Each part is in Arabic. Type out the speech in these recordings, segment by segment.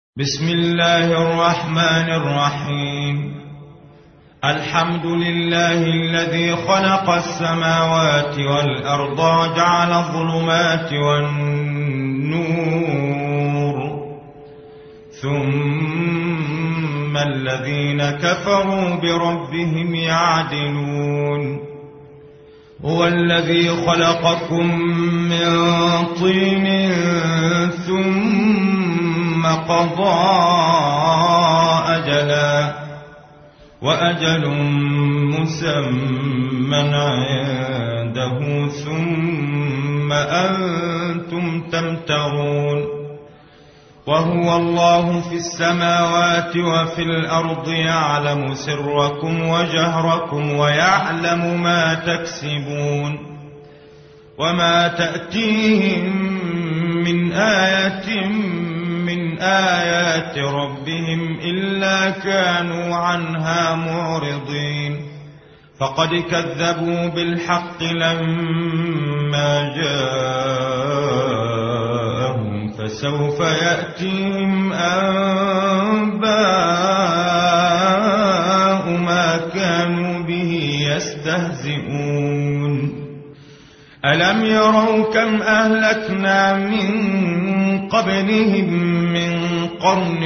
بسم الله الرحمن الرحيم. الحمد لله الذي خلق السماوات والأرض وجعل الظلمات والنور ثم الذين كفروا بربهم يعدلون. هو الذي خلقكم من طين ثم قضى أجلا وأجل مسمى عنده ثم أنتم تمترون. وهو الله في السماوات وفي الأرض يعلم سركم وجهركم ويعلم ما تكسبون. وما تأتيهم من آية من آيات ربهم إلا كانوا عنها معرضين. فقد كذبوا بالحق لما جاءهم فسوف يأتيهم أنباء ما كانوا به يستهزئون. ألم يروا كم أهلكنا من قبلهم من قرن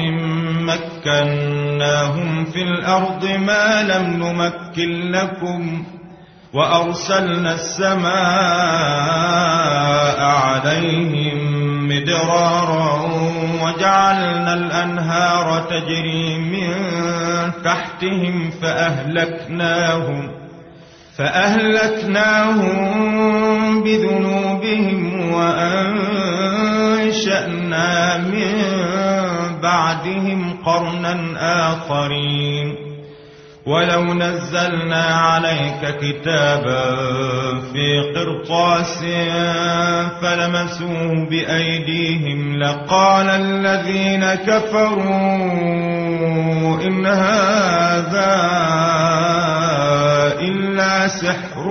مكناهم في الأرض ما لم نمكن لكم وأرسلنا السماء عليهم مدرارا وجعلنا الأنهار تجري من تحتهم فأهلكناهم بذنوبهم وأنشأنا من بعدهم قرنا آخرين. ولو نزلنا عليك كتابا في قرطاس فلمسوه بأيديهم لقال الذين كفروا إن هذا إلا سحر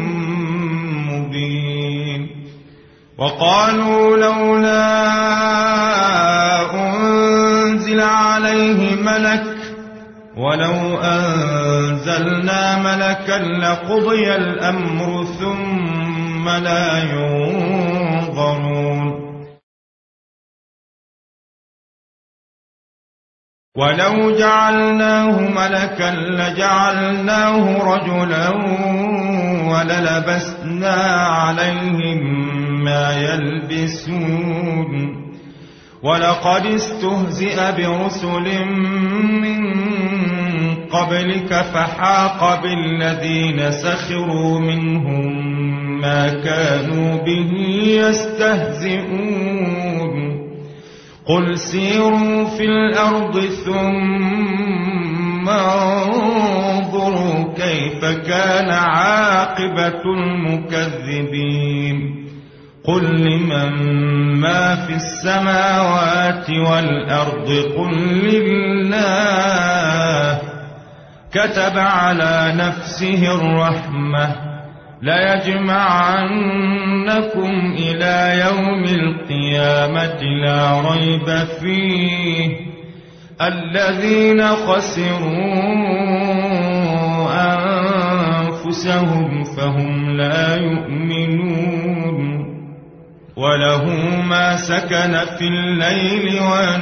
مبين. وقالوا لولا أنزل عليه ملك ولو أنزلنا ملكا لقضي الأمر ثم لا ينظرون. ولو جعلناه ملكا لجعلناه رجلا وللبسنا عليهم ما يلبسون. ولقد استهزئ برسل من قبلك فحاق بالذين سخروا منهم ما كانوا به يستهزئون. قل سيروا في الأرض ثم انظروا كيف كان عاقبة المكذبين. قل لمن ما في السماوات والأرض قل لله كتب على نفسه الرحمة ليجمعنكم إلى يوم القيامة لا ريب فيه الذين خسروا أنفسهم فهم لا يؤمنون. وله ما سكن في الليل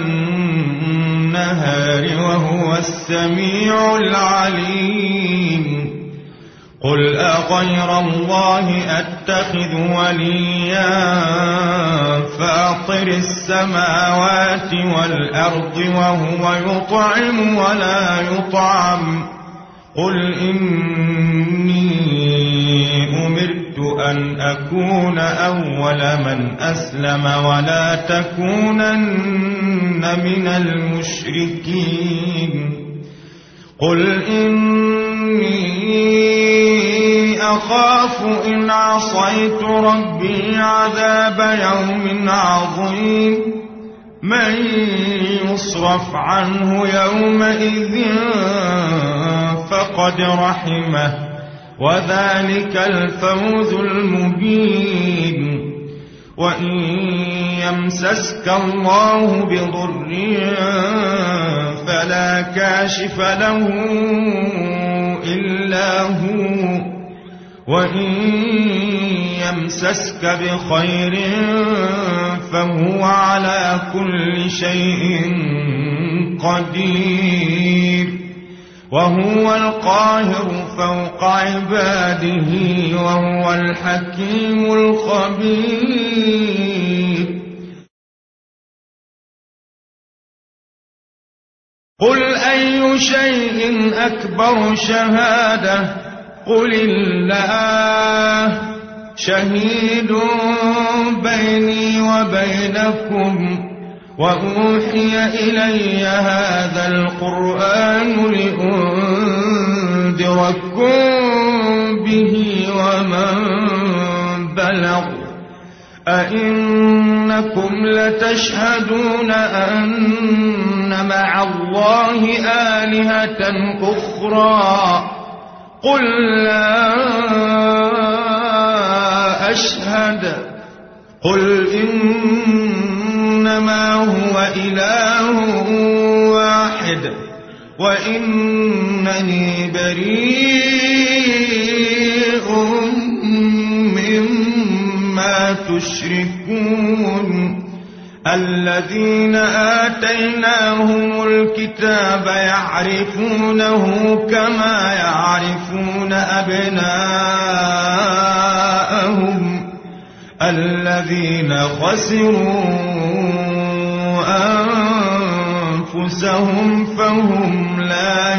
والنهار وهو السميع العليم. قل أغير الله أتخذ وليا فاطر السماوات والأرض وهو يطعم ولا يطعم. قل إني أمرت أن أكون أول من أسلم ولا تكونن من المشركين. قل إني أخاف إن عصيت ربي عذاب يوم عظيم. من يصرف عنه يومئذ فقد رحمه وذلك الفوز المبين. وإن يمسسك الله بضر فلا كاشف له إلا هو، وإن يمسسك بخير فهو على كل شيء قدير، وهو القاهر فوق عباده، وهو الحكيم الخبير. قل أي شيء أكبر شهادة؟ قل الله شهيد بيني وبينكم، وأوحي إلي هذا القرآن لأنذركم به ومن بلغ. أئنكم لتشهدون أن مع الله آلهة أخرى؟ قل لا أشهد. قل إنما هو إله واحد وإنني بريء مما تشركون. الذين آتيناهم الكتاب يعرفونه كما يعرفون أبناءهم، الذين خسروا أنفسهم فهم لا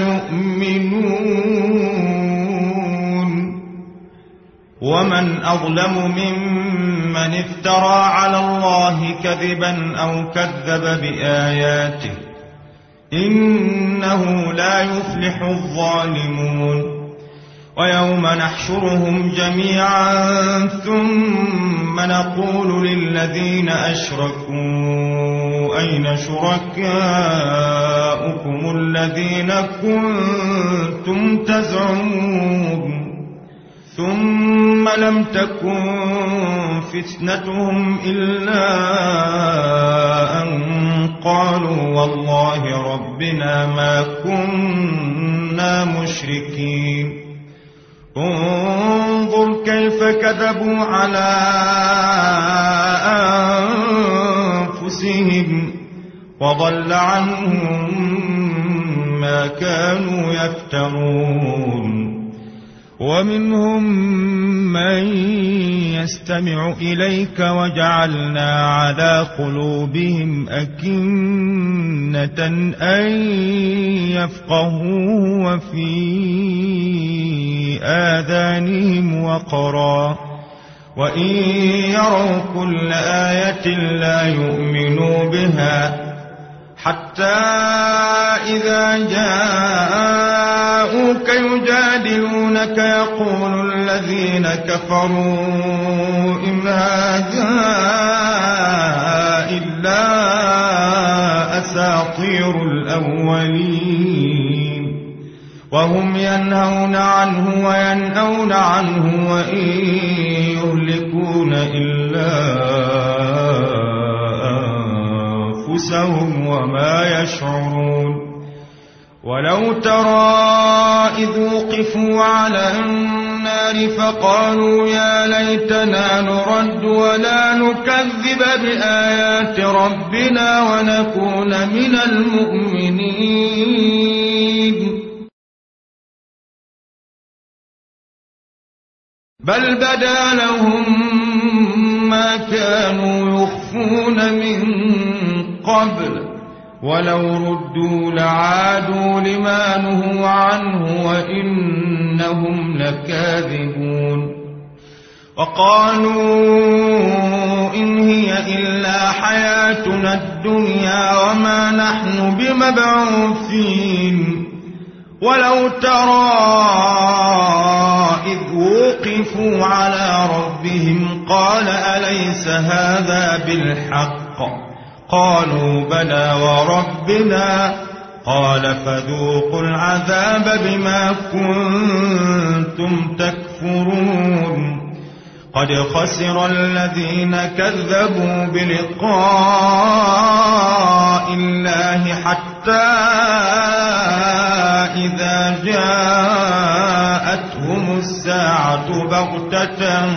يؤمنون. ومن أظلم ممن افترى على الله كذبا أو كذب بآياته، إنه لا يفلح الظالمون. ويوم نحشرهم جميعا ثم نقول للذين أشركوا أين شركاؤكم الذين كنتم تزعمون؟ ثم لم تكن فتنتهم إلا أن قالوا والله ربنا ما كنا مشركين. انظر كيف كذبوا على أنفسهم وضل عنهم ما كانوا يفترون. ومنهم من يستمع إليك وجعلنا على قلوبهم أكنة أن يفقهوه وفي آذانهم وقرا، وإن يروا كل آية لا يؤمنوا بها، حتى إذا جاءوك يجادلونك يقول الذين كفروا إن هذا إلا أساطير الأولين، وهم ينهون عنه وينأون عنه وإن يهلكون إلا أنفسهم وما يشعرون. ولو ترى إذ وقفوا على النار فقالوا يا ليتنا نرد ولا نكذب بآيات ربنا ونكون من المؤمنين، بل بدا لهم ما كانوا يخفون من قبل، ولو ردوا لعادوا لما نهوا عنه وإنهم لكاذبون. وقالوا إن هي إلا حياتنا الدنيا وما نحن بمبعوثين. ولو ترى إذ وقفوا على ربهم قال أليس هذا بالحق؟ قالوا بلى وربنا. قال فذوقوا العذاب بما كنتم تكفرون. قد خسر الذين كذبوا بلقاء الله حتى إذا جاءتهم الساعة بغتة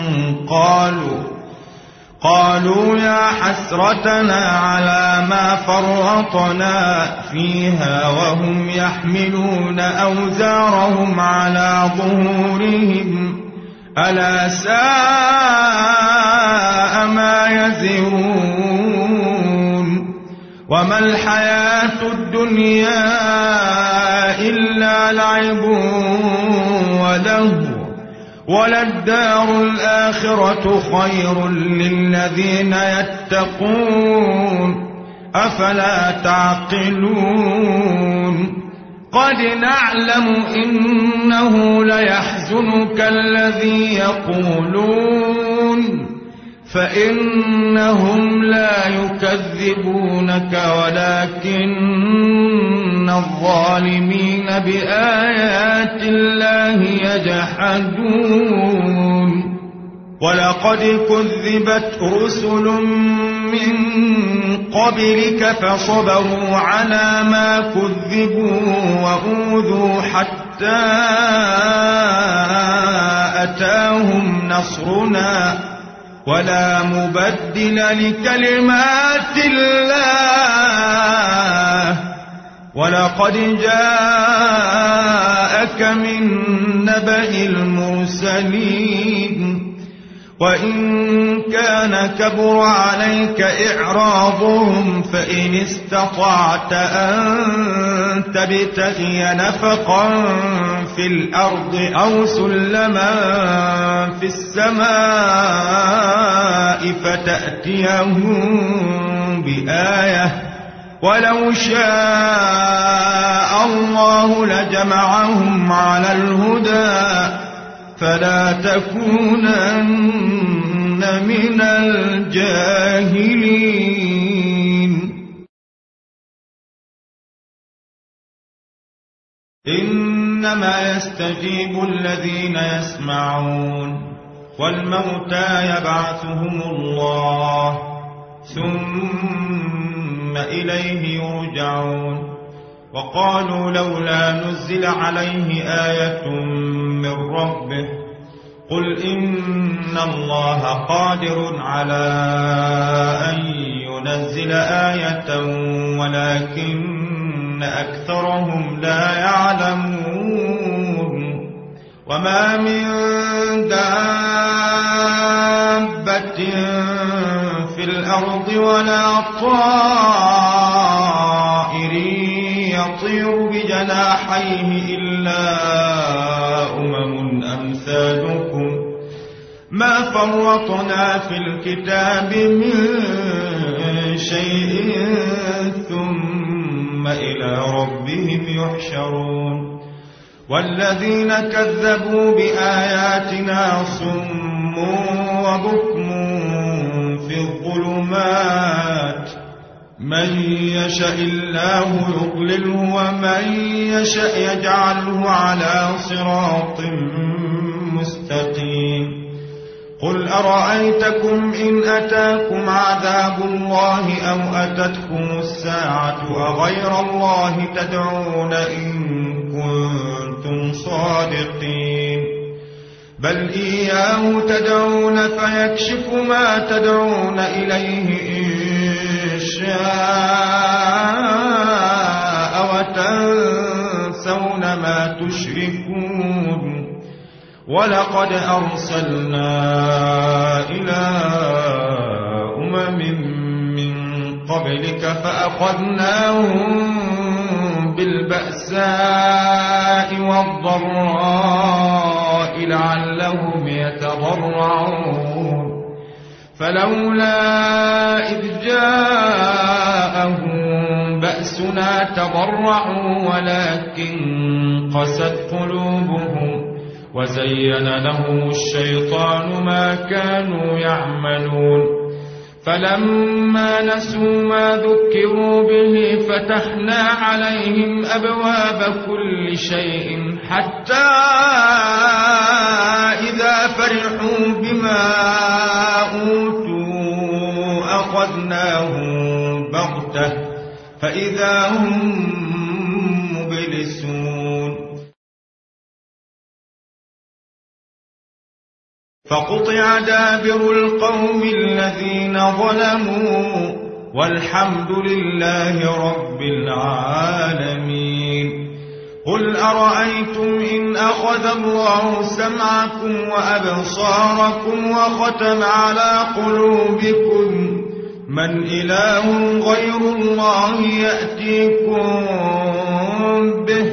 قالوا يا حسرتنا على ما فرطنا فيها وهم يحملون أوزارهم على ظهورهم ألا ساء ما يزرون وما الحياة الدنيا إلا لعب ولهو وللدار الآخرة خير للذين يتقون أفلا تعقلون قد نعلم إنه ليحزنك الذي يقولون فإنهم لا يكذبونك ولكن الظالمين بآيات الله يجحدون ولقد كذبت رسل من قبلك فصبروا على ما كذبوا وأوذوا حتى أتاهم نصرنا ولا مبدل لكلمات الله ولقد جاءك من نبأ المرسلين وإن كان كبر عليك إعراضهم فإن استطعت أن تبتغي نفقا في الأرض أو سلما في السماء فتأتيهم بآية ولو شاء الله لجمعهم على الهدى فلا تكونن من الجاهلين إنما يستجيب الذين يسمعون والموتى يبعثهم الله ثم إليه يرجعون وقالوا لولا نزل عليه آية من ربه قل إن الله قادر على أن ينزل آية ولكن أكثرهم لا يعلمون وما من دابة في الأرض ولا طائر يطير بجناحيه إلا أمثالكم ما فرطنا في الكتاب من شيء ثم إلى ربهم يحشرون والذين كذبوا بآياتنا صم وبكم في الظلمات من يشاء الله يضلله ومن يشاء يجعله على صراط مستقيم قل أرأيتكم إن أتاكم عذاب الله أو أتتكم الساعة أغير الله تدعون إن كنتم صادقين بل إياه تدعون فيكشف ما تدعون إليه إن شاء وتنسون ما تشركون ولقد أرسلنا إلى من قبلك فأخذناهم بالبأساء والضراء لعلهم يتضرعون فلولا إذ جاءهم بأسنا تضرعوا ولكن قست قلوبهم وزين لهم الشيطان ما كانوا يعملون فلما نسوا ما ذكروا به فتحنا عليهم أبواب كل شيء حتى إذا فرحوا بما أوتوا أخذناهم بغتة فإذا هم مبلسون فقطع دابر القوم الذين ظلموا والحمد لله رب العالمين. قل أرأيتم إن أخذ الله سمعكم وأبصاركم وختم على قلوبكم من إله غير الله يأتيكم به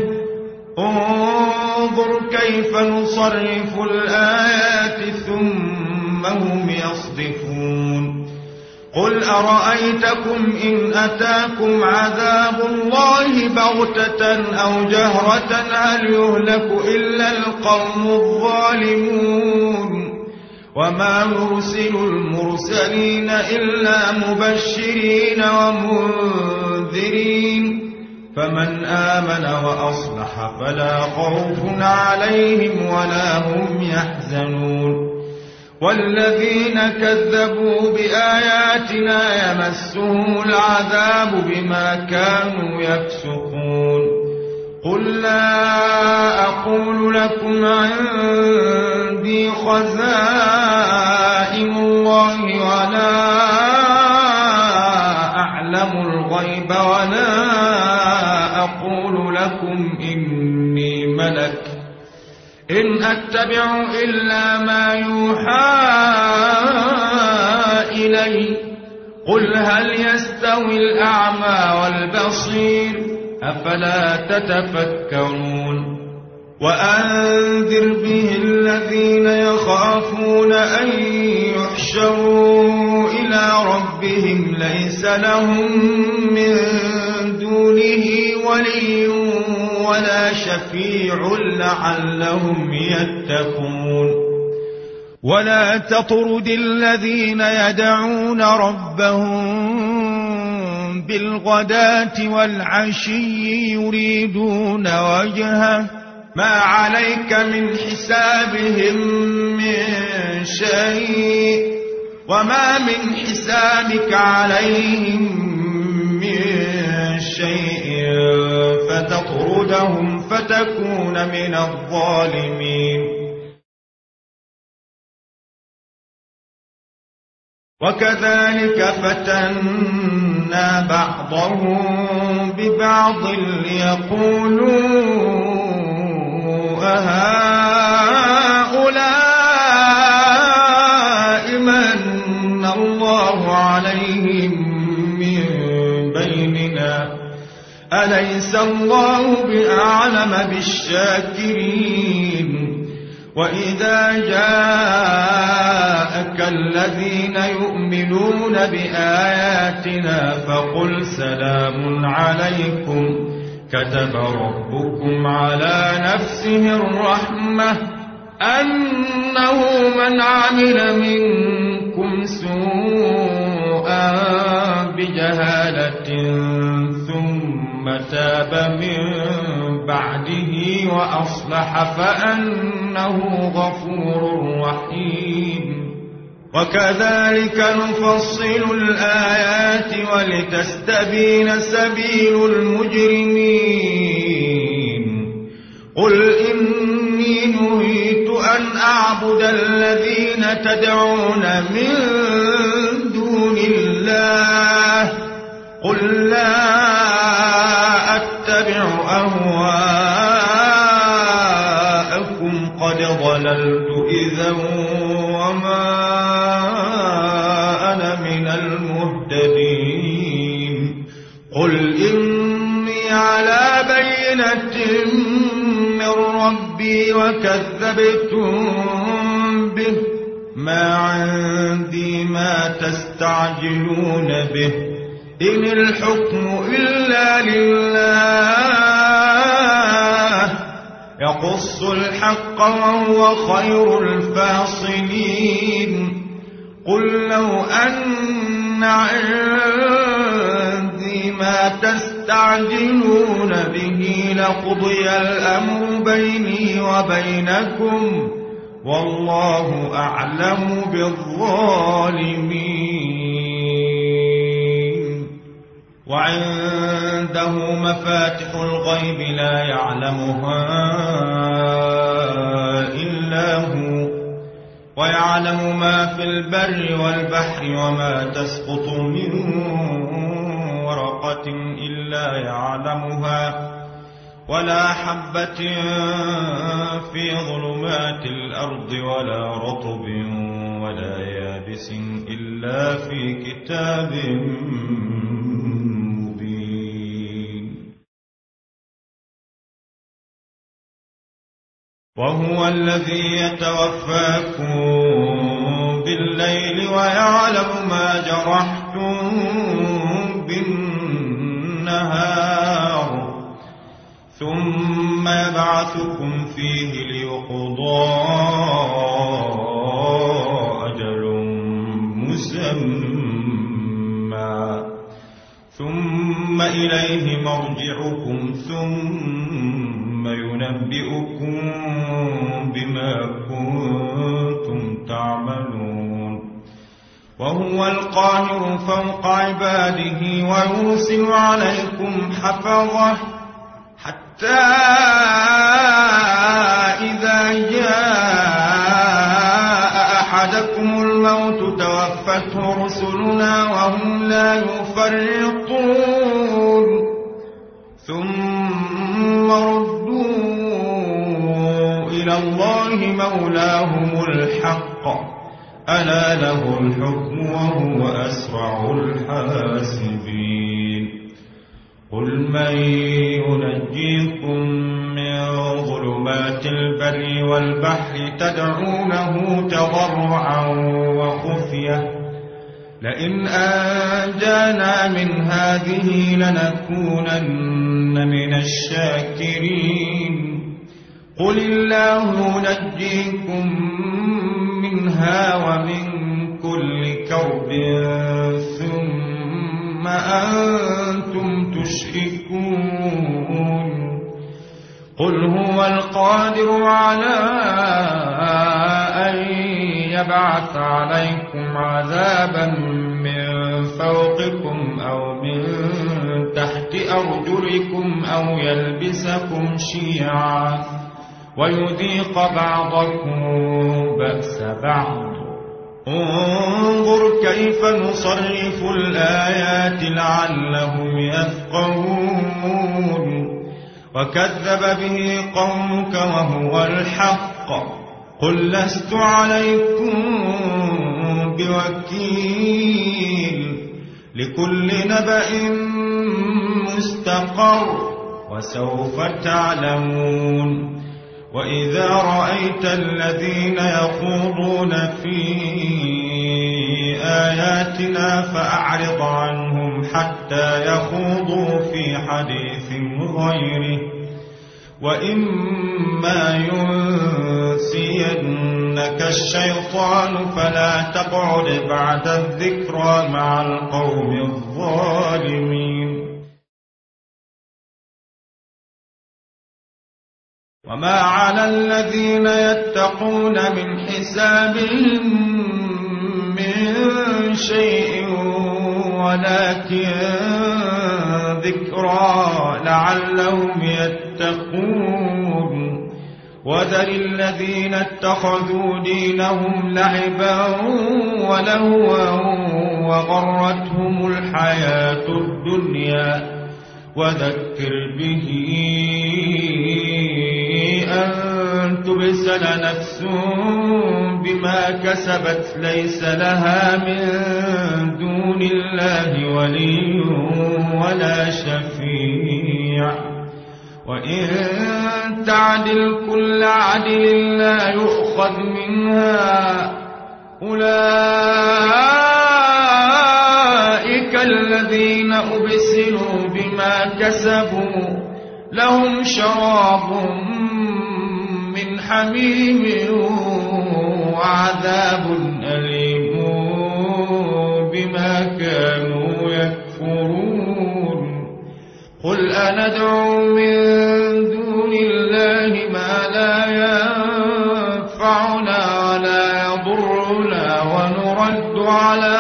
انظر كيف نصرف الآيات ثم هم يصدفون. قل أرأيتكم إن أتاكم عذاب الله بغتة أو جهرة هل يهلك إلا القوم الظالمون. وما نرسل المرسلين إلا مبشرين ومنذرين فمن آمن وأصلح فلا خوف عليهم ولا هم يحزنون. والذين كذبوا بآياتنا يمسهم العذاب بما كانوا يفسقون. قل لا أقول لكم عندي خزائن الله ولا أعلم الغيب ولا أقول لكم إني ملك إن أتبع إلا ما يوحى إلي. قل هل يستوي الأعمى والبصير أفلا تتفكرون. وأنذر به الذين يخافون أن يحشروا إلى ربهم ليس لهم من دونه ولي ولا شفيع لعلهم يتقون. ولا تطرد الذين يدعون ربهم بالغداة والعشي يريدون وجهه ما عليك من حسابهم من شيء وما من حسابك عليهم من شيء فتطردهم فتكون من الظالمين. وكذلك فتنا بعضهم ببعض ليقولوا أهؤلاء من الله عليهم من بيننا أليس الله بأعلم بالشاكرين. وإذا جاءك الذين يؤمنون بآياتنا فقل سلام عليكم كتب ربكم على نفسه الرحمة أنه من عمل منكم سوءا بجهالة ثم تاب من بعده وأصلح فأنه غفور رحيم. وكذلك نفصل الآيات ولتستبين سبيل المجرمين. قل إني نهيت أن أعبد الذين تدعون من دون الله قل لا أتبع أهواءكم قد ضللت إذا وما أنا من المهتدين. قل إني على بينة من ربي وكذبتم به ما عندي ما تستعجلون به إن الحكم إلا لله يقص الحق وهو خير الفاصلين. قل لو أن إن عندي ما تستعجلون به لقضي الأمر بيني وبينكم والله أعلم بالظالمين. وعنده مفاتح الغيب لا يعلمها إلا هو ويعلم ما في البر والبحر وما تسقط من ورقة إلا يعلمها ولا حبة في ظلمات الأرض ولا رطب ولا يابس إلا في كتاب مبين. وهو الذي يتوفاكم بالليل ويعلم ما جرحتم بالنهار ثم يبعثكم فيه ليقضى أجل مسمى ثم إليه مرجعكم ثم ينبئكم بما كنتم تعملون. وهو القاهر فوق عباده ويرسل عليكم حفظه حتى إذا جاء أحدكم الموت توفته رسلنا وهم لا يفرطون ثم ردوا إلى الله مولاهم الحق ألا له الحكم وهو أسرع الحاسبين. قل من ينجيكم من ظلمات البر والبحر تدعونه تضرعا وخفية لئن أنجانا من هذه لنكونن من الشاكرين. قل الله ينجيكم منها ومن كل كرب ثم أنتم تشركون. قل هو القادر على أن يبعث عليكم عذابا من فوقكم أو من تحت أرجلكم أو يلبسكم شيعا ويذيق بعضكم بأس بعض. انظر كيف نصرف الآيات لعلهم يفقهون. وكذب به قومك وهو الحق قل لست عليكم بوكيل لكل نبأ مستقر وسوف تعلمون. وإذا رأيت الذين يخوضون في آياتنا فأعرض عنهم حتى يخوضوا في حديث غيره وإما ينسينك الشيطان فلا تقعد بعد الذكرى مع القوم الظالمين. وما على الذين يتقون من حسابهم من شيء ولكن ذكرى لعلهم يتقون. وذر الذين اتخذوا دينهم لعبا ولهوا وغرتهم الحياة الدنيا وذكر به أن تبسل نفس بما كسبت ليس لها من دون الله ولي ولا شفيع وإن تعدل كل عدل لا يؤخذ منها أولئك الذين أبسلوا بما كسبوا لهم شراب من حميم وعذاب أليم بما كانوا يكفرون قل أندعو من دون الله ما لا ينفعنا ولا يضرنا ونرد على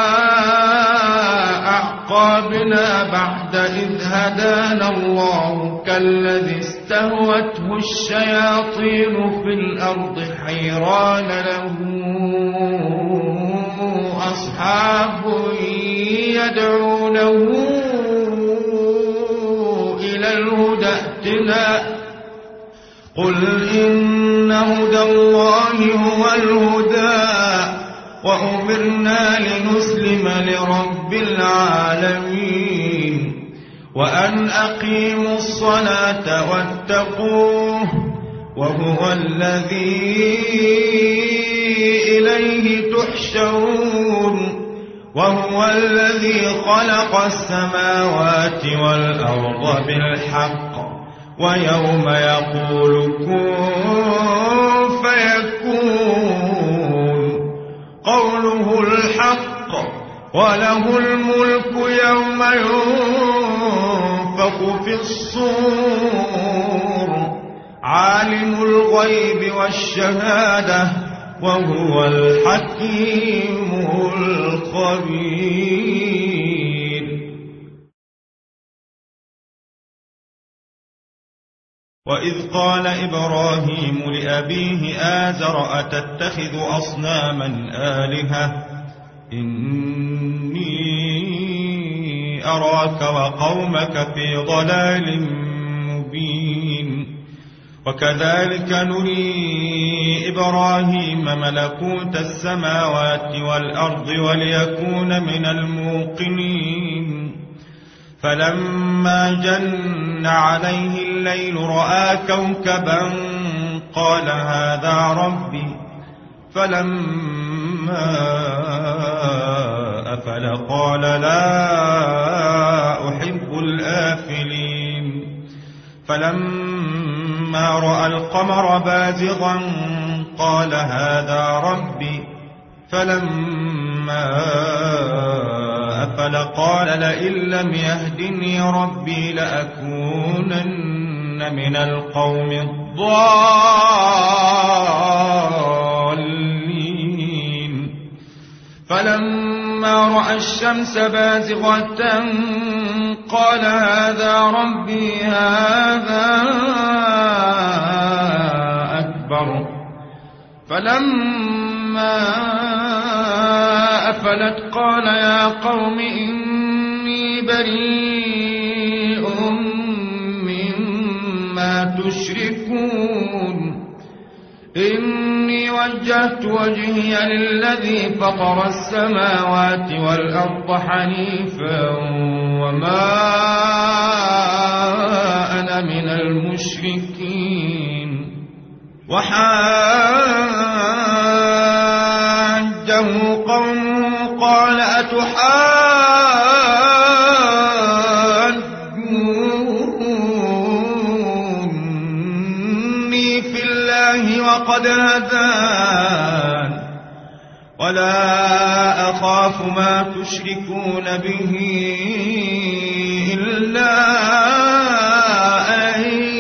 أعقابنا بعد إذ هدانا الله كالذي استهوته الشياطين في الأرض حيران له أصحاب يدعونه إلى الهدى ائتنا قل إن هدى الله هو الهدى وأمرنا لنسلم لرب العالمين وأن أقيموا الصلاة واتقوه وهو الذي إليه تحشرون وهو الذي خلق السماوات والأرض بالحق ويوم يقول كن فيكون قوله الحق وله الملك يوم ينفخ في الصور عالم الغيب والشهادة وهو الحكيم الخبير وإذ قال إبراهيم لأبيه آزر أتتخذ أصناما آلهة إني أراك وقومك في ضلال مبين وكذلك نري إبراهيم ملكوت السماوات والأرض وليكون من الموقنين فلما جن عليه الليل رأى كوكبا قال هذا ربي فلما أفل قال لا أحب الآفلين فلما رأى القمر بازغا قال هذا ربي فلما أفل قال لئن لم يهدني ربي لأكونن من القوم الضالين فلما رأى الشمس بازغة قال هذا ربي هذا أكبر فلما أفلت قال يا قوم إني بريء مما تشركون إني وجهت وجهي للذي فطر السماوات والأرض حنيفا وما أنا من المشركين وحاجه قومه قال أتحاجوني في الله وقد هدان ولا أخاف ما تشركون به إلا أن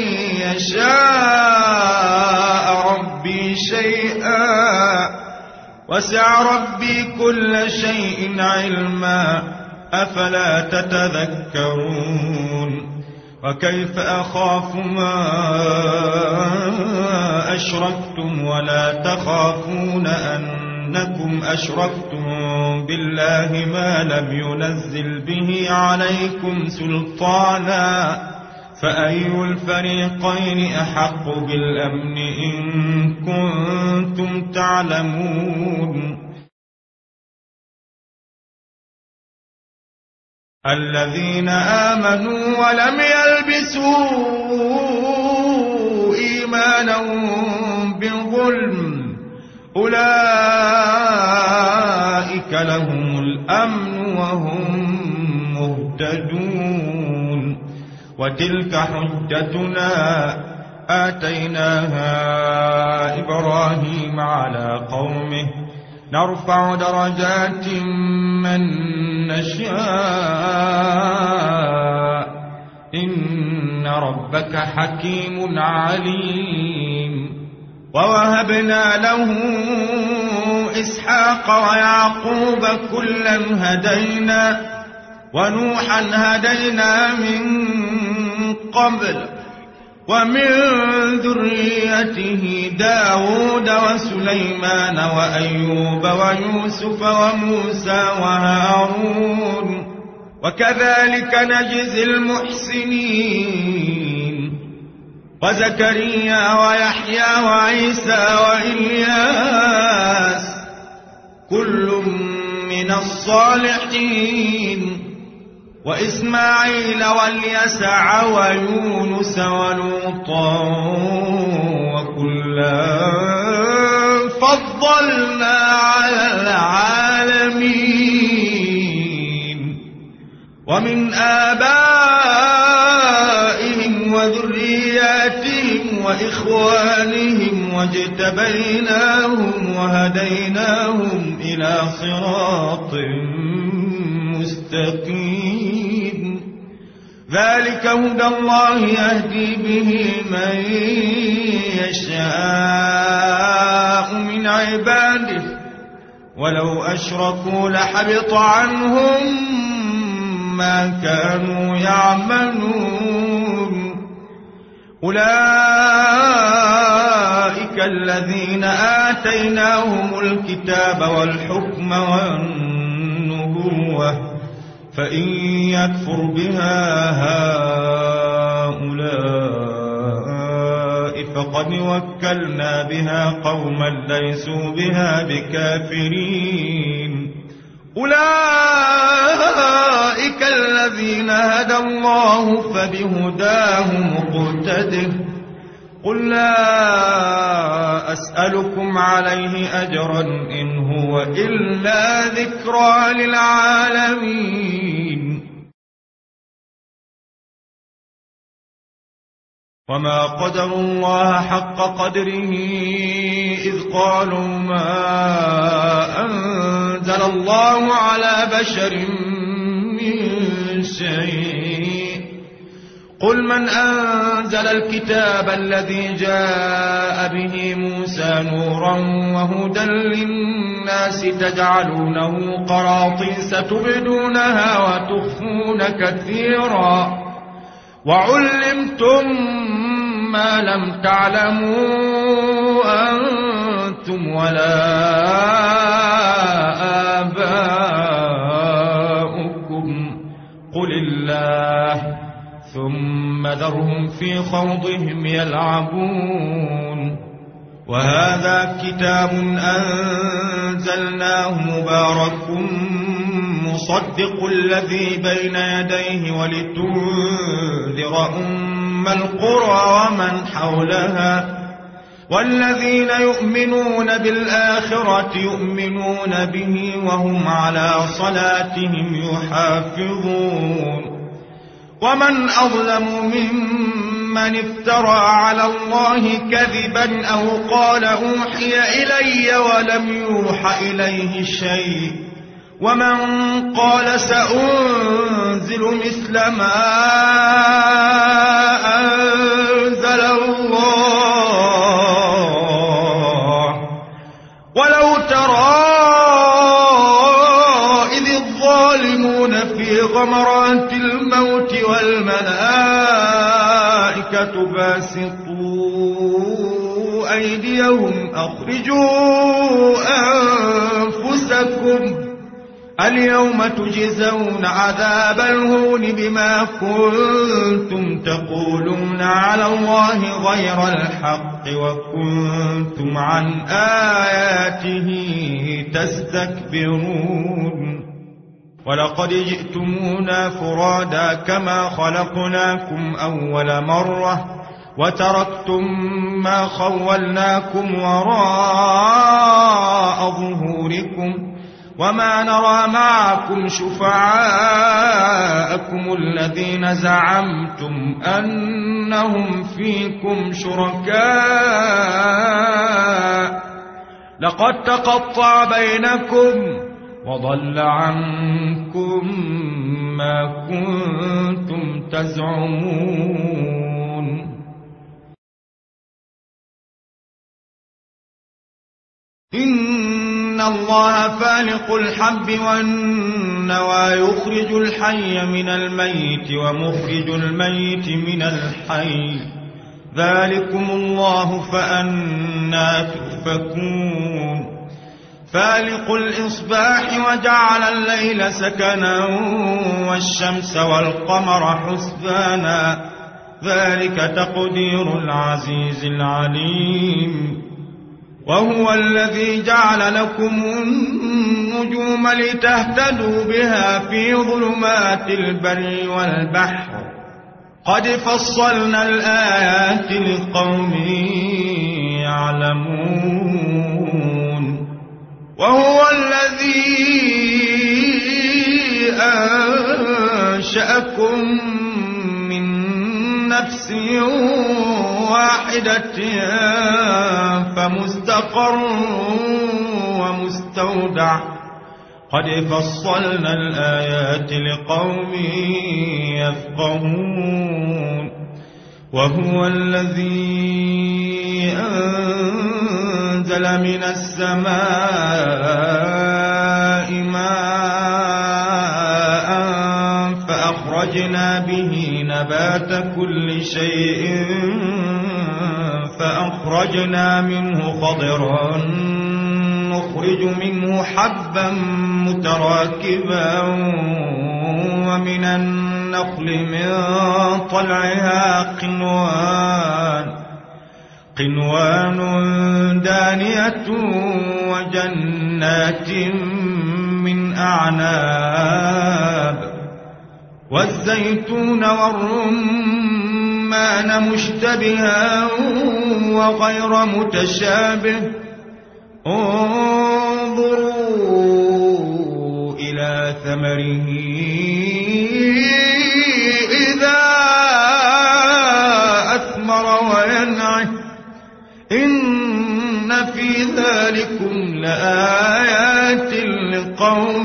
يشاء ربي شيئا وسع ربي كل شيء علما أفلا تتذكرون وكيف أخاف ما أشركتم ولا تخافون أنكم أشركتم بالله ما لم ينزل به عليكم سلطانا فأي الفريقين أحق بالأمن إن كنتم تعلمون الذين آمنوا ولم يلبسوا إيمانهم بظلم أولئك لهم الأمن وهم مهتدون وتلك حجتنا آتيناها إبراهيم على قومه نرفع درجات من نشاء إن ربك حكيم عليم ووهبنا له إسحاق ويعقوب كلا هدينا ونوحا هدينا من قبل ومن ذريته داود وسليمان وأيوب ويوسف وموسى وهارون وكذلك نجزي المحسنين وزكريا ويحيى وعيسى وإلياس كل من الصالحين وإسماعيل واليسع ويونس ولوطا وكلا فضلنا على العالمين ومن آبائهم وذرياتهم وإخوانهم واجتبيناهم وهديناهم إلى صراط مستقيم ذلك هدى الله يهدي به من يشاء من عباده ولو أشركوا لحبط عنهم ما كانوا يعملون أولئك الذين آتيناهم الكتاب والحكم والنبوة فإن يكفر بها هؤلاء فقد وكلنا بها قوما ليسوا بها بكافرين أولئك الذين هدى الله فبهداه مقتده قل لا أسألكم عليه أجرا إن هو إلا ذكرى للعالمين وما قدروا الله حق قدره إذ قالوا ما أنزل الله على بشر من شيء قل من أنزل الكتاب الذي جاء به موسى نورا وهدى للناس تجعلونه قراطيس تبدونها وتخفون كثيرا وعلمتم ما لم تعلموا أنتم ولا آباؤكم قل الله ثم ذرهم في خوضهم يلعبون وهذا كتاب أنزلناه مبارك مصدق الذي بين يديه ولتنذر أم القرى ومن حولها والذين يؤمنون بالآخرة يؤمنون به وهم على صلاتهم يحافظون ومن أظلم ممن افترى على الله كذبا أو قال أوحي إلي ولم يوح إليه شيء ومن قال سأنزل مثل ما أنزل الله ولو ترى إذ الظالمون في غمرات الموت والملائكة باسطوا أيديهم أخرجوا أنفسكم اليوم تجزون عذاب الهون بما كنتم تقولون على الله غير الحق وكنتم عن آياته تستكبرون ولقد جئتمونا فرادا كما خلقناكم أول مرة وتركتم ما خولناكم وراء ظهوركم وما نرى معكم شفعاءكم الذين زعمتم أنهم فيكم شركاء لقد تقطع بينكم وضل عنكم ما كنتم تزعمون إن الله فالق الحب والنوى يخرج الحي من الميت ومخرج الميت من الحي ذلكم الله فأنى تؤفكون فالق الإصباح وجعل الليل سكنا والشمس والقمر حسبانا ذلك تقدير العزيز العليم وهو الذي جعل لكم النجوم لتهتدوا بها في ظلمات البر والبحر قد فصلنا الآيات لقوم يعلمون وهو الذي أنشأكم من نفس واحدة فمستقر ومستودع قد فصلنا الآيات لقوم يفقهون وهو الذي أنزل من السماء ماء فأخرجنا به نبات كل شيء فأخرجنا منه خضرا نخرج منه حبا متراكبا ومن النخل من طلعها قنوان دانية وجنات من أعناب والزيتون والرمان مشتبها وغير متشابه انظروا إلى ثمره إذا أثمر وينعه إن في ذلكم لآيات لقوم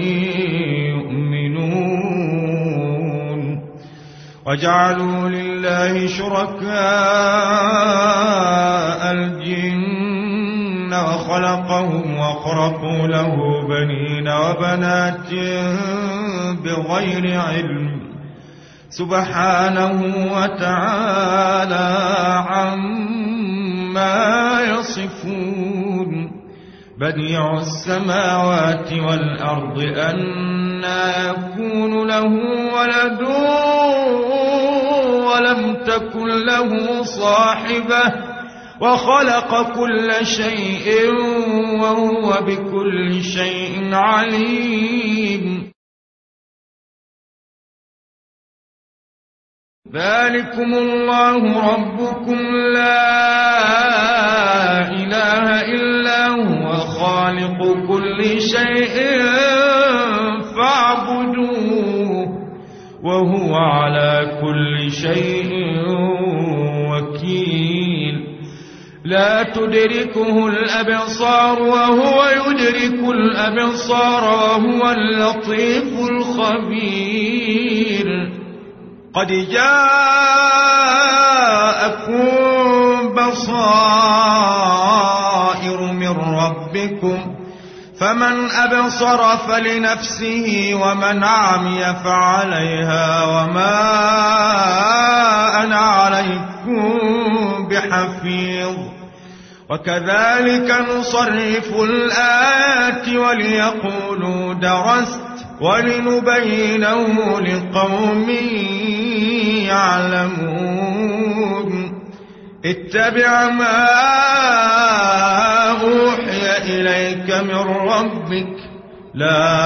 يؤمنون وجعلوا لله شركاء الجن وخلقهم وخرقوا له بنين وبنات بغير علم سبحانه وتعالى عما يصفون بديع السماوات والأرض أنى يكون له ولد ولم تكن له صاحبة وخلق كل شيء وهو بكل شيء عليم ذلكم الله ربكم لا إله إلا هو خالق كل شيء فاعبدوه وهو على كل شيء وكيل لا تدركه الأبصار وهو يدرك الأبصار وهو اللطيف الخبير قد جاءكم بصائر من ربكم فمن أبصر فلنفسه ومن عمي فعليها وما أنا عليكم بحفيظ وكذلك نصرف الآيات وليقولوا درست ولنبينه لقوم يعلمون اتبع ما أوحي إليك من ربك لا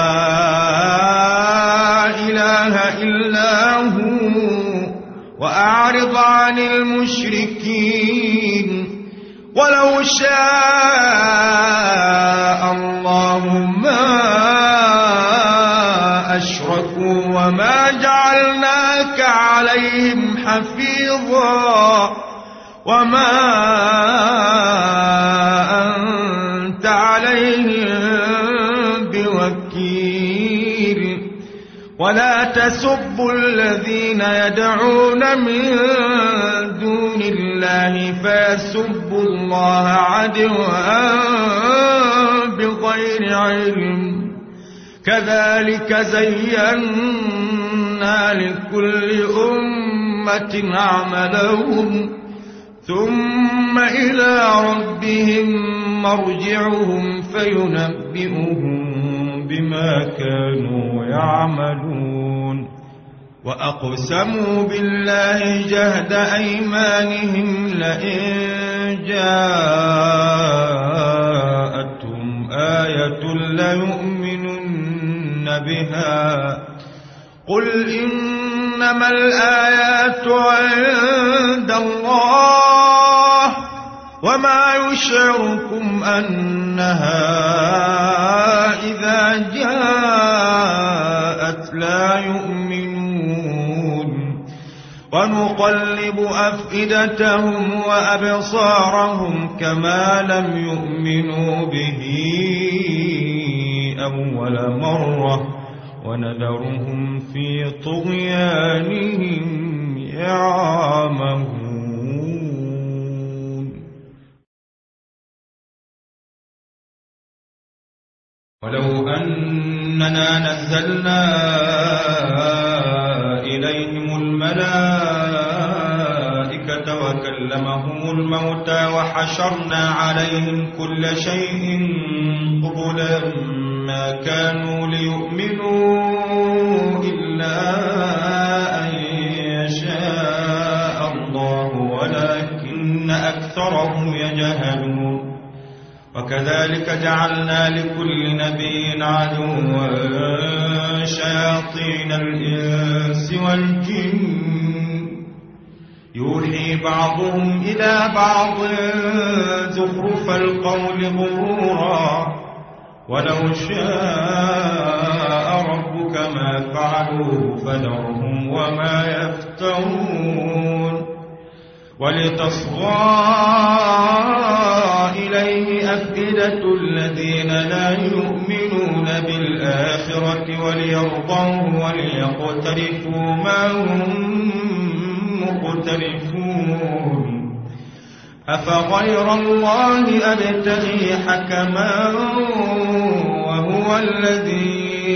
إله إلا هو وأعرض عن المشركين ولو شاء الله ما أشركوا وما جعلناك عليهم حفيظا وما أنت عليهم بوكيل ولا تسبوا الذين يدعون من دون الله فيسبوا الله عدوا بغير علم كذلك زينا لكل أمة عملهم ثم إلى ربهم مرجعهم فينبئهم بما كانوا يعملون وأقسموا بالله جهد أيمانهم لئن جاءتهم آية ليؤمنن بها قل إنما الآيات عند الله وما يشعركم أنها إذا جاءت لا يؤمنون ونقلب أفئدتهم وأبصارهم كما لم يؤمنوا به أول مرة ونذرهم في طغيانهم يعمهون ولو أننا نزلنا إليهم الملائكة وكلمهم الموتى وحشرنا عليهم كل شيء قبلا ما كانوا ليؤمنوا إلا أن يشاء الله ولكن أكثرهم يجهلون وكذلك جعلنا لكل نبي عدوا شياطين الإنس والجن يوحي بعضهم إلى بعض زخرف القول غرورا ولو شاء ربك ما فعلوه فذرهم وما يفترون ولتصغى إليه أفئدة الذين لا يؤمنون بالآخرة وليرضوه وليقترفوا ما هم مقترفون أفغير الله أبتغي حكما وهو الذي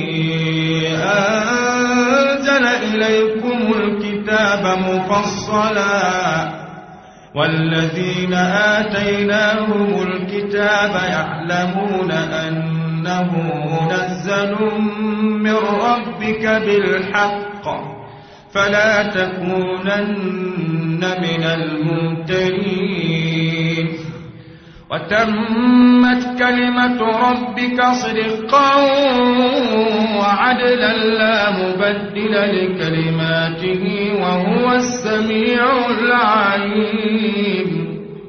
أنزل إليكم الكتاب مفصلا والذين آتيناهم الكتاب يعلمون أنه منزل من ربك بالحق فلا تكونن من الممترين وتمت كلمة ربك صدقا وعدلا لا مبدل لكلماته وهو السميع العليم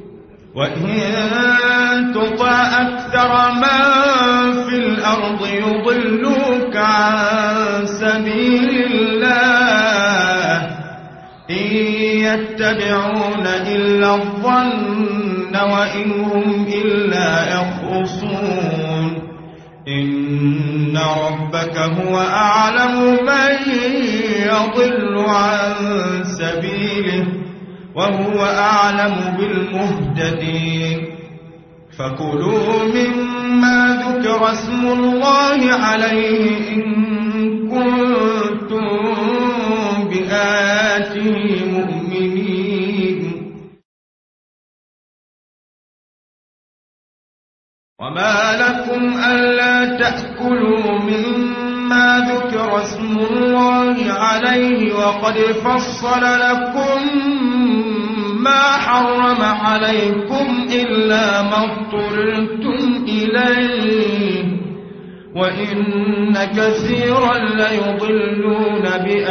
وإن تطع أكثر من في الأرض يضلوك عن سبيل الله إن يتبعون إلا الظن وإن هم إلا يخرصون إن ربك هو أعلم من يضل عن سبيله وهو أعلم بالمهتدين فكلوا مما ذكر اسم الله عليه إن كنتم بآياته مؤمنين وما لكم ألا تأكلوا مما ذكر اسم الله عليه وقد فصل لكم ما حرم عليكم إلا ما اضطررتم إليه وإن كثيرا ليضلون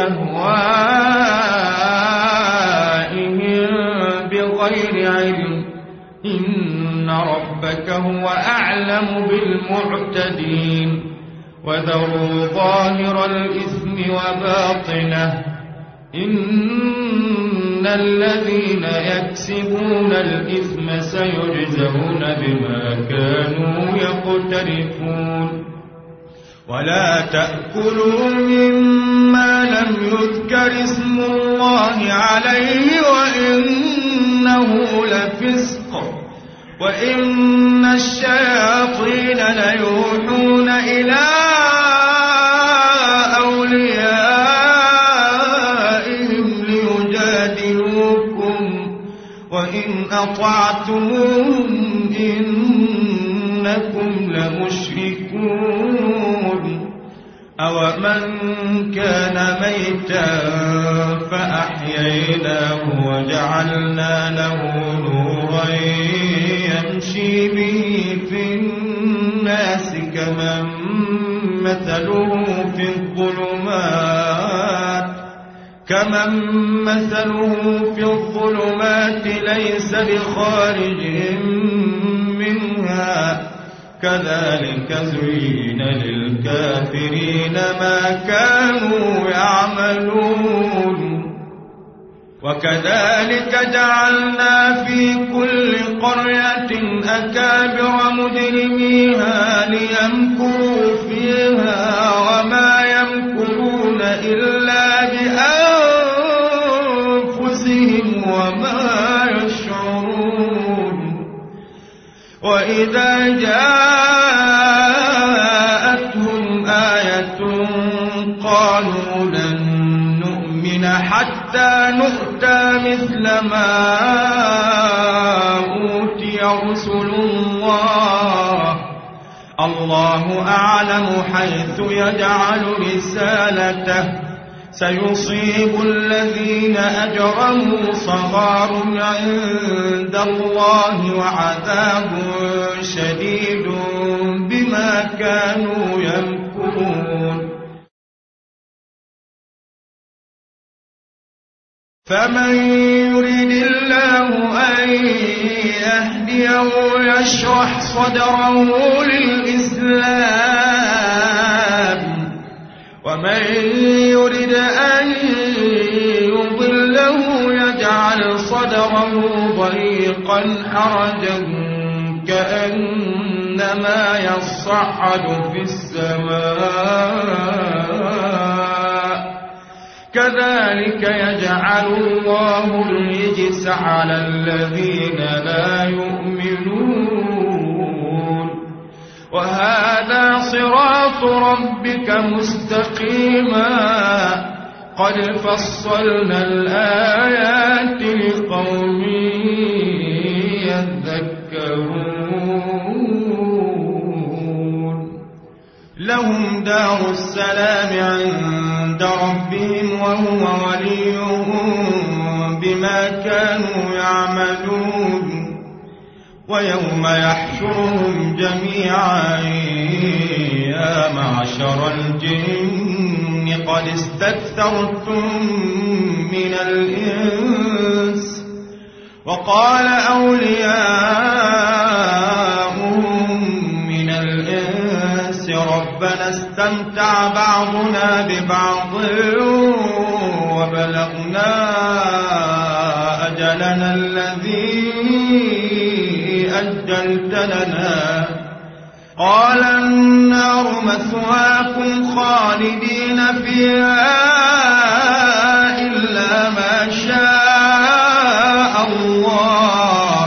بأهوائهم بغير علم إن ربك هو أعلم بالمعتدين وذروا ظاهر الإثم وباطنه إن الذين يكسبون الإثم سيجزون بما كانوا يقترفون ولا تأكلوا مما لم يذكر اسم الله عليه وإنه لفسق وإن الشياطين ليوحون إلى أوليائهم ليجادلوكم وإن أطعتموهم إنكم لمشركون أومن كان ميتا فأحييناه وجعلنا له نورا يمشي به في الناس كمن مثله في الظلمات ليس بخارج منها كذلك زين للكافرين ما كانوا يعملون وكذلك جعلنا في كل قرية أكابر مجرميها ليمكروا فيها وما يمكرون إلا بأنفسهم وما يشعرون وإذا جاءتهم آية قالوا لن نؤمن حتى نؤتى مثل ما أوتي رسل الله أعلم حيث يجعل رسالته سيصيب الذين أجرموا صغار عند الله وعذاب شديد بما كانوا يمكرون فمن يريد الله أن يهديه يشرح صدره للإسلام ومن يريد أن يضله يجعل صدره ضيقا حرجا كأنما يصعد في السماء كذلك يجعل الله الرجس على الذين لا يؤمنون وهذا صراط ربك مستقيما قد فصلنا الآيات لقوم يذكرون لهم دار السلام عند ربهم وهو وليهم بما كانوا يعملون ويوم يحشرهم جميعا يا معشر الجن قد استكثرتم من الإنس وقال أولياؤهم من الإنس ربنا استمتع بعضنا ببعض وبلغنا أجلنا الذي أجلت لنا قال النار مثواكم خالدين فيها إلا ما شاء الله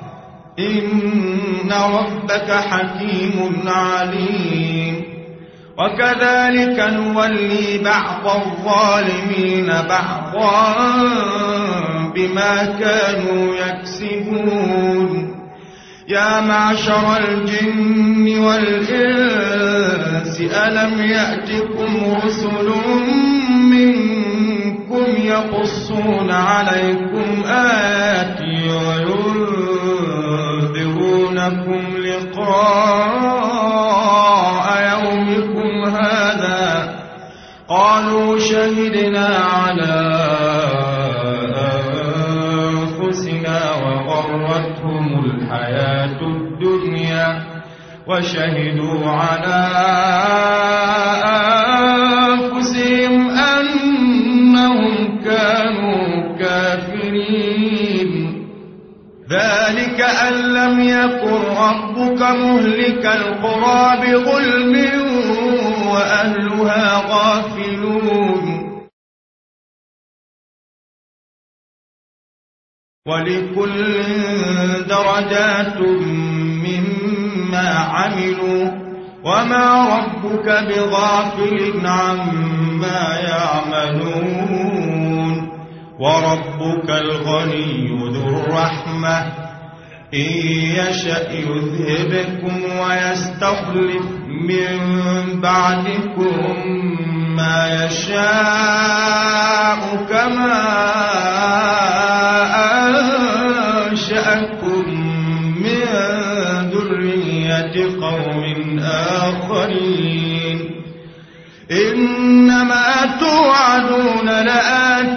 إن ربك حكيم عليم وكذلك نولي بعض الظالمين بعضا بما كانوا يكسبون يا معشر الجن والإنس ألم يأتكم رسل منكم يقصون عليكم آياتي وينذرونكم لقاء يومكم هذا قالوا شهدنا على أنفسنا وغرتهم الحياة الدنيا وشهدوا على أنفسهم أنهم كانوا كافرين ذلك أن لم يكن ربك مهلك القرى بظلم وأهلها غافلون ولكل درجات مما عملوا وما ربك بغافل عما يعملون وربك الغني ذو الرحمة إن يشأ يذهبكم ويستخلف من بعدكم ما يشاء كما أنشأكم من ذرية قوم آخرين إنما توعدون لآت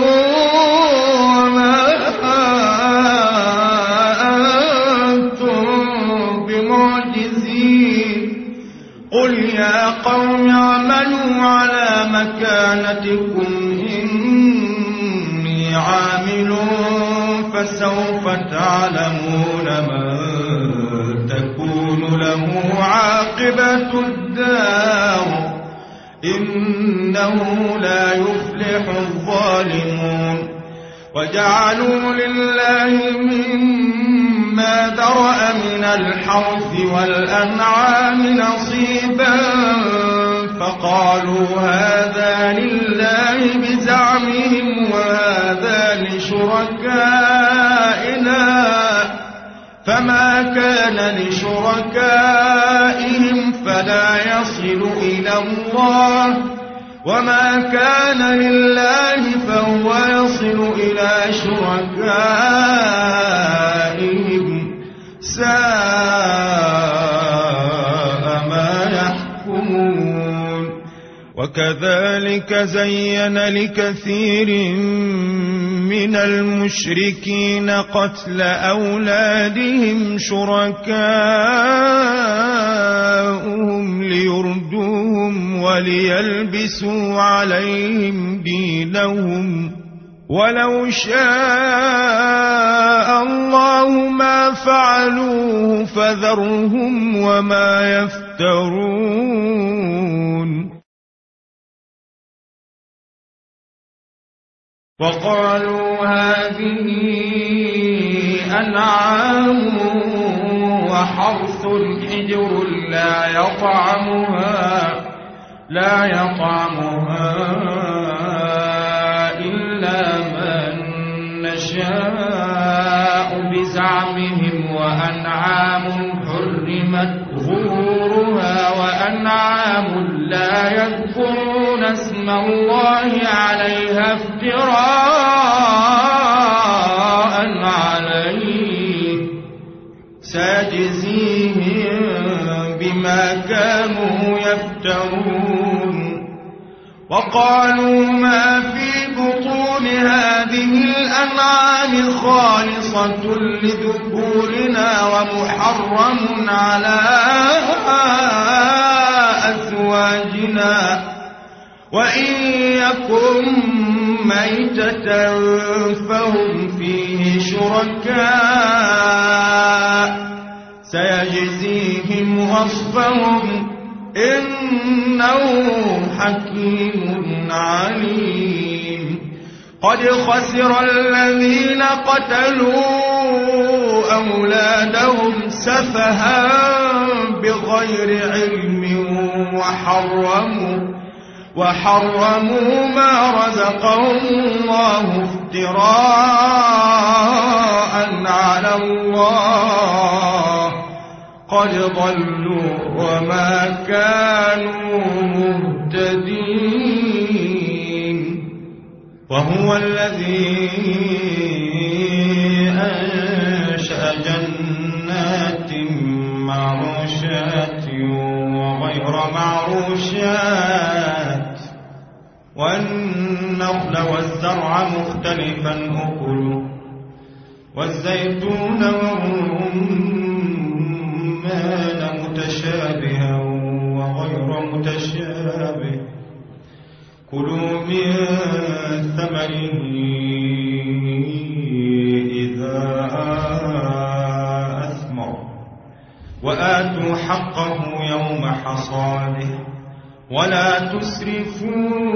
وما أنتم بمعجزين قل يا قوم اعملوا على مكانتكم إني عامل فسوف تعلمون من تكون له عاقبة الدار إنه لا يفلح الظالمون وجعلوا لله مما ذرأ من الحرث والأنعام نصيبا فقالوا هذا لله بزعمهم وهذا لشركائنا فما كان لشركائهم فلا يصل إلى الله وما كان لله فهو يصل إلى شركائهم ساء ما يحكمون وكذلك زين لكثير من المشركين قتل أولادهم شركاؤهم ليردوهم وليلبسوا عليهم دينهم ولو شاء الله ما فعلوه فذرهم وما يفترون وقالوا هذه أنعام وحرث حجر لا يطعمها إلا من نشاء بزعمهم وأنعام حرمت ظهورها وأنعام لا يذكرون اسم الله عليها افتراء عليه سيجزيهم بما كانوا يفترون وقالوا ما في بطون هذه الأنعام خالصة لذكورنا ومحرم على أزواجنا وإن يكن ميتة فهم فيه شركاء سيجزيهم وصفهم إنه حكيم عليم قد خسر الذين قتلوا أولادهم سفها بغير علم وحرموا ما رزقهم الله افتراء على الله قد ضلوا وما كانوا مهتدين وهو الذي أنشأ جنات معروشات وغير معروشات والنخل والزرع مختلفا أكله والزيتون والرمان متشابها وغير متشابه كلوا من ثمره إذا حقه يوم حصاده ولا تسرفوا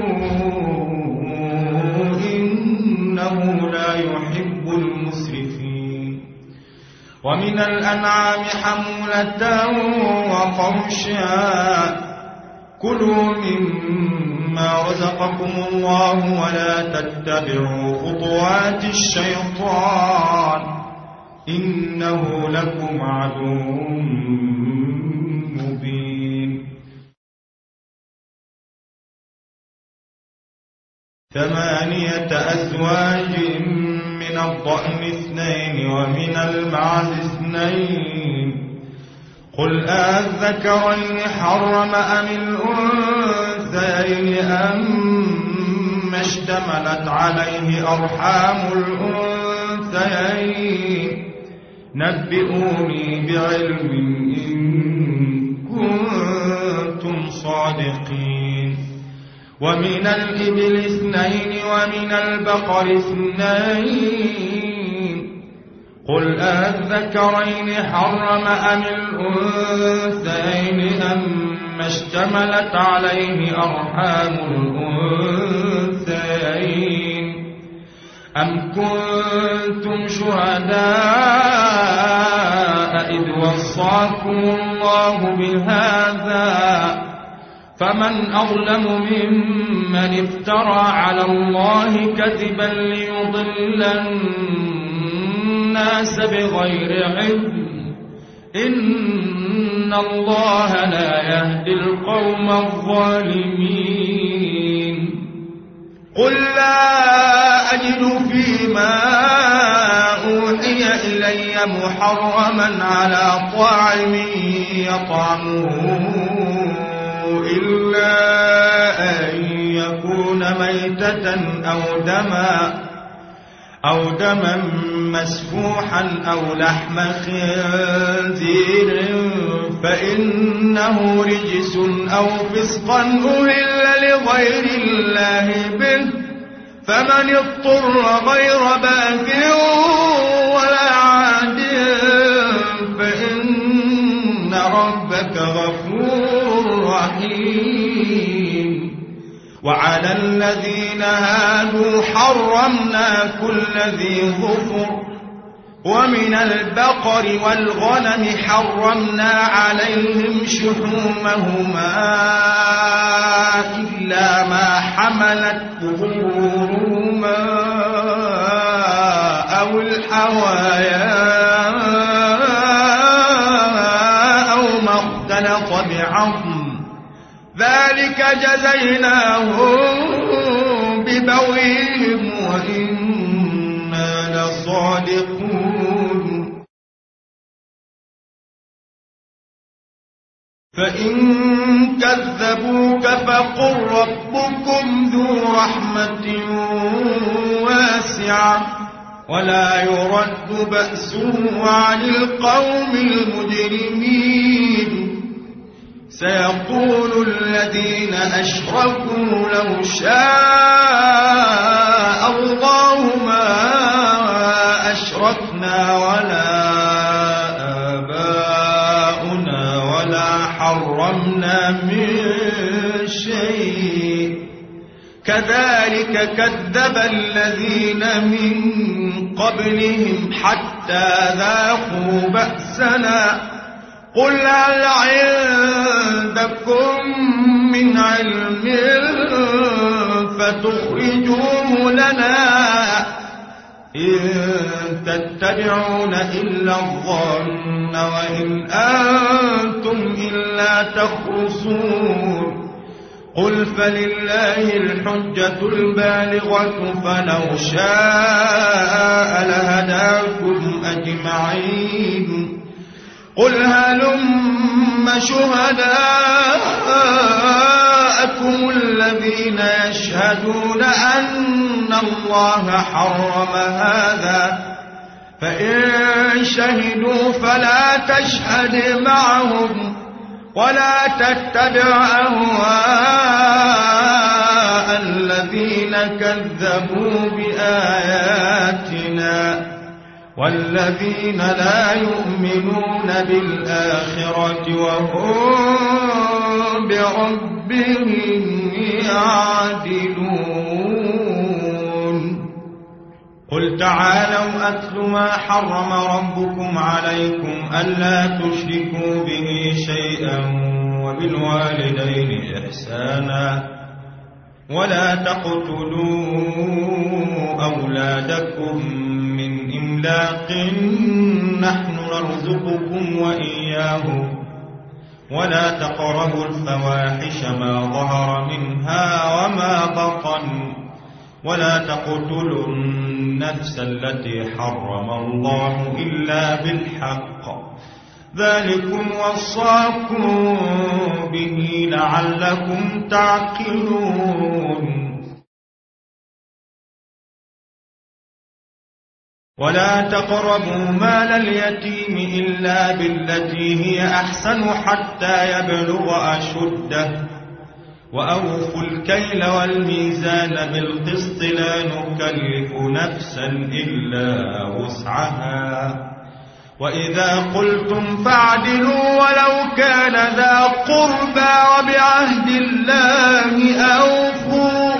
إنه لا يحب المسرفين ومن الأنعام حمولة وفرشا كلوا مما رزقكم الله ولا تتبعوا خطوات الشيطان إنه لكم عدو مبين 8 أزواج من الضأن 2 ومن المعز 2 قل أذكرين حرم أم الأنثيين أما اشتملت عليه أرحام الأنثيين نبئوني بعلم إن كنتم صادقين ومن الإبل 2 ومن البقر 2 قل أذكرين حرم أم الأنثيين أما اشتملت عليه أرحام الأنثيين أم كنتم شهداء إذ وصاكم الله بهذا فمن أظلم ممن افترى على الله كذبا ليضل الناس بغير علم إن الله لا يهدي القوم الظالمين قل لا أجد فيما أوحي إلي محرما على طاعم يطعمه إلا أن يكون ميتة أو دما مسفوحا أو لحم خنزير فإنه رجس أو فسقا أهل لغير الله به فمن اضطر غير باغ ولا عاد فإن ربك غفور رحيم وعلى الذين هادوا حرمنا كل ذي ظفر ومن البقر والغنم حرمنا عليهم شحومهما إلا ما حملت ظهورهما أو الحوايا أو ما اختلط بعظم ذلك جزيناهم ببغيهم وإنا لصادقون فإن كذبوك فقل ربكم ذو رحمة واسعة ولا يرد بأسه عن القوم المجرمين سيقول الذين أشركوا لو شاء الله ما أشركنا ولا آباؤنا ولا حرمنا من شيء كذلك كذب الذين من قبلهم حتى ذاقوا بأسنا قل هل عندكم من علم فتخرجوه لنا إن تتبعون إلا الظن وإن أنتم إلا تخرصون قل فلله الحجة البالغة فلو شاء لهداكم أجمعين قل هلم شهداءكم الذين يشهدون أن الله حرم هذا فإن شهدوا فلا تشهد معهم ولا تتبع أهواء الذين كذبوا بآياتنا والذين لا يؤمنون بالآخرة وهم بربهم يعدلون قل تعالوا أتل ما حرم ربكم عليكم ألا تشركوا به شيئا وبالوالدين إحسانا ولا تقتلوا أولادكم من إملاق نحن نرزقكم وإياهم ولا تقربوا الفواحش ما ظهر منها وما بطن ولا تقتلوا النفس التي حرم الله إلا بالحق ذلكم وصاكم به لعلكم تعقلون ولا تقربوا مال اليتيم إلا بالتي هي أحسن حتى يبلغ أشده وأوفوا الكيل والميزان بالقسط لا نكلف نفسا إلا وسعها وإذا قلتم فاعدلوا ولو كان ذا قربى وبعهد الله أوفوا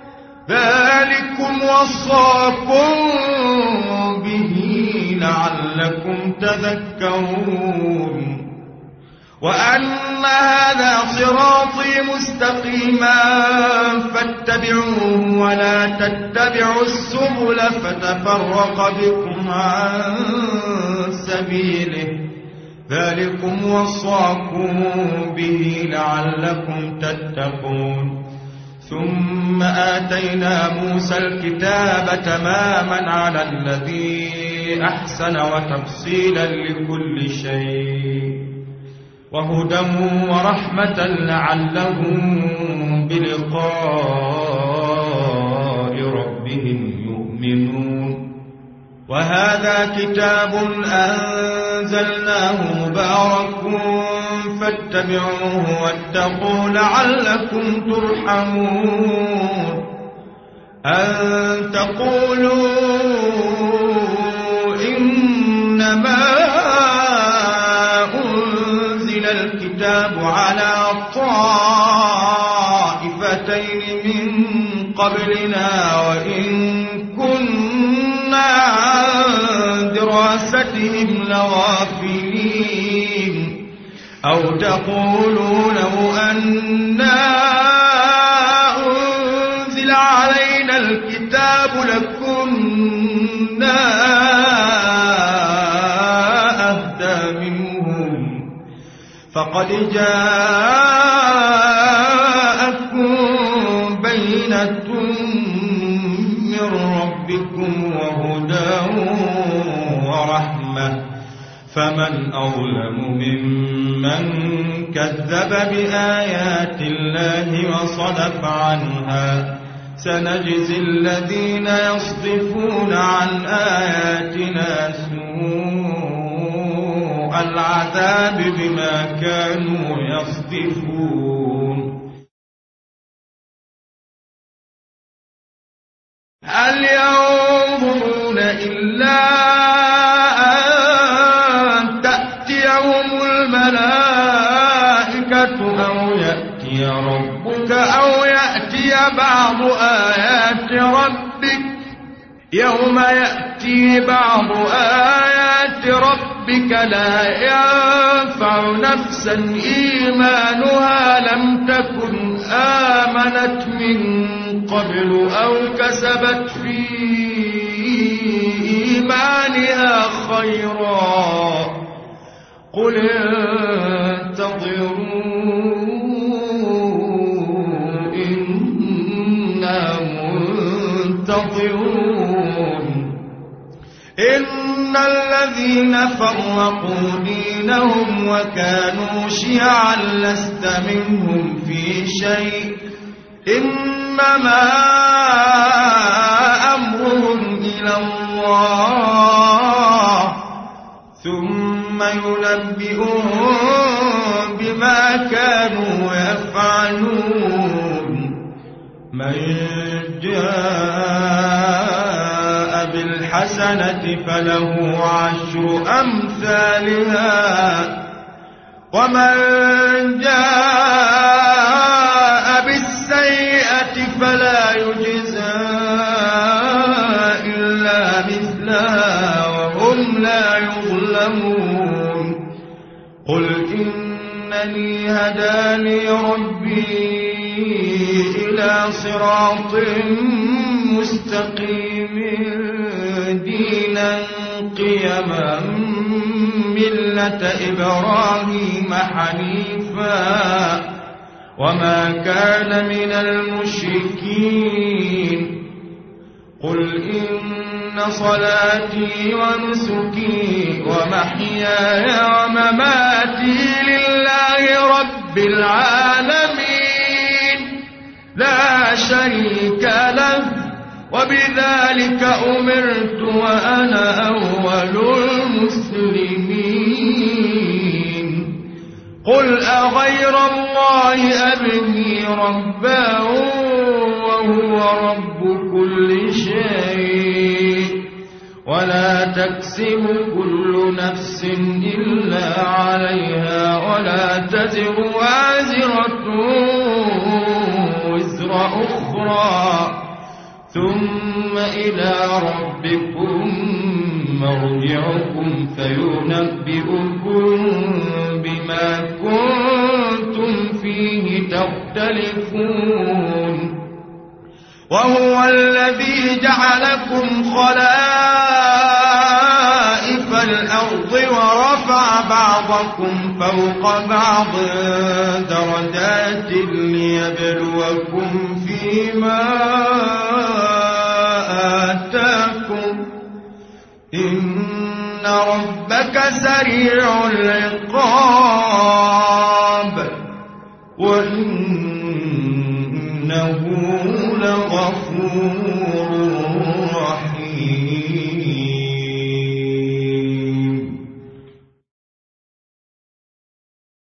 ذلكم وصاكم به لعلكم تذكرون وأن هذا صراطي مستقيما فاتبعوه ولا تتبعوا السبل فتفرق بكم عن سبيله ذلكم وصاكم به لعلكم تتقون ثم آتينا موسى الكتاب تماما على الذي أحسن وتفصيلا لكل شيء وهدى ورحمة لعلهم بلقاء ربهم يؤمنون وهذا كتاب أنزلناه مبارك فاتبعوه واتقوا لعلكم ترحمون أن تقولوا إنما الكتاب على طائفتين من قبلنا وإن كنا عن دراستهم لغافلين أو تقولوا لو أنا أنزل علينا الكتاب لكنا أهدى منهم فقد جاءتكم بينة من ربكم وهدى ورحمة فمن أظلم ممن كذب بآيات الله وصدف عنها سنجزي الذين يصدفون عن آياتنا سوء العذاب بما كانوا يصدفون هل ينظرون إلا أن تأتيهم الملائكة أو يأتي ربك أو يأتي بعض آيات ربك يوم يأتي بعض آيات ربك لا ينفع نفسا إيمانها لم تكن آمنت من قبل أو كسبت في إيمانها خيرا قل انتظروا إنا منتظرون إن الذين فرقوا دينهم وكانوا شيعا لست منهم في شيء إنما أمرهم إلى الله ثم ينبئهم بما كانوا يفعلون من جاء بالحق بالحسنة فله عشر أمثالها ومن جاء بالسيئة فلا يجزى إلا مثلها وهم لا يظلمون قل إنني هداني ربي إلى صراط مستقيم دينا قيما ملة إبراهيم حنيفا وما كان من المشركين قل إن صلاتي ونسكي ومحياي ومماتي لله رب العالمين لا شريك له وبذلك أمرت وأنا أول المسلمين قل أغير الله أبغي ربا وهو رب كل شيء ولا تكسب كل نفس إلا عليها ولا تزر وازرة وزر أخرى ثم إلى ربكم مرجعكم فينبئكم بما كنتم فيه تختلفون وهو الذي جعلكم خلائف الأرض ورفع بعضكم فوق بعض درجات ليبلوكم فيما آتاكم إن ربك سريع العقاب وإنه لغفور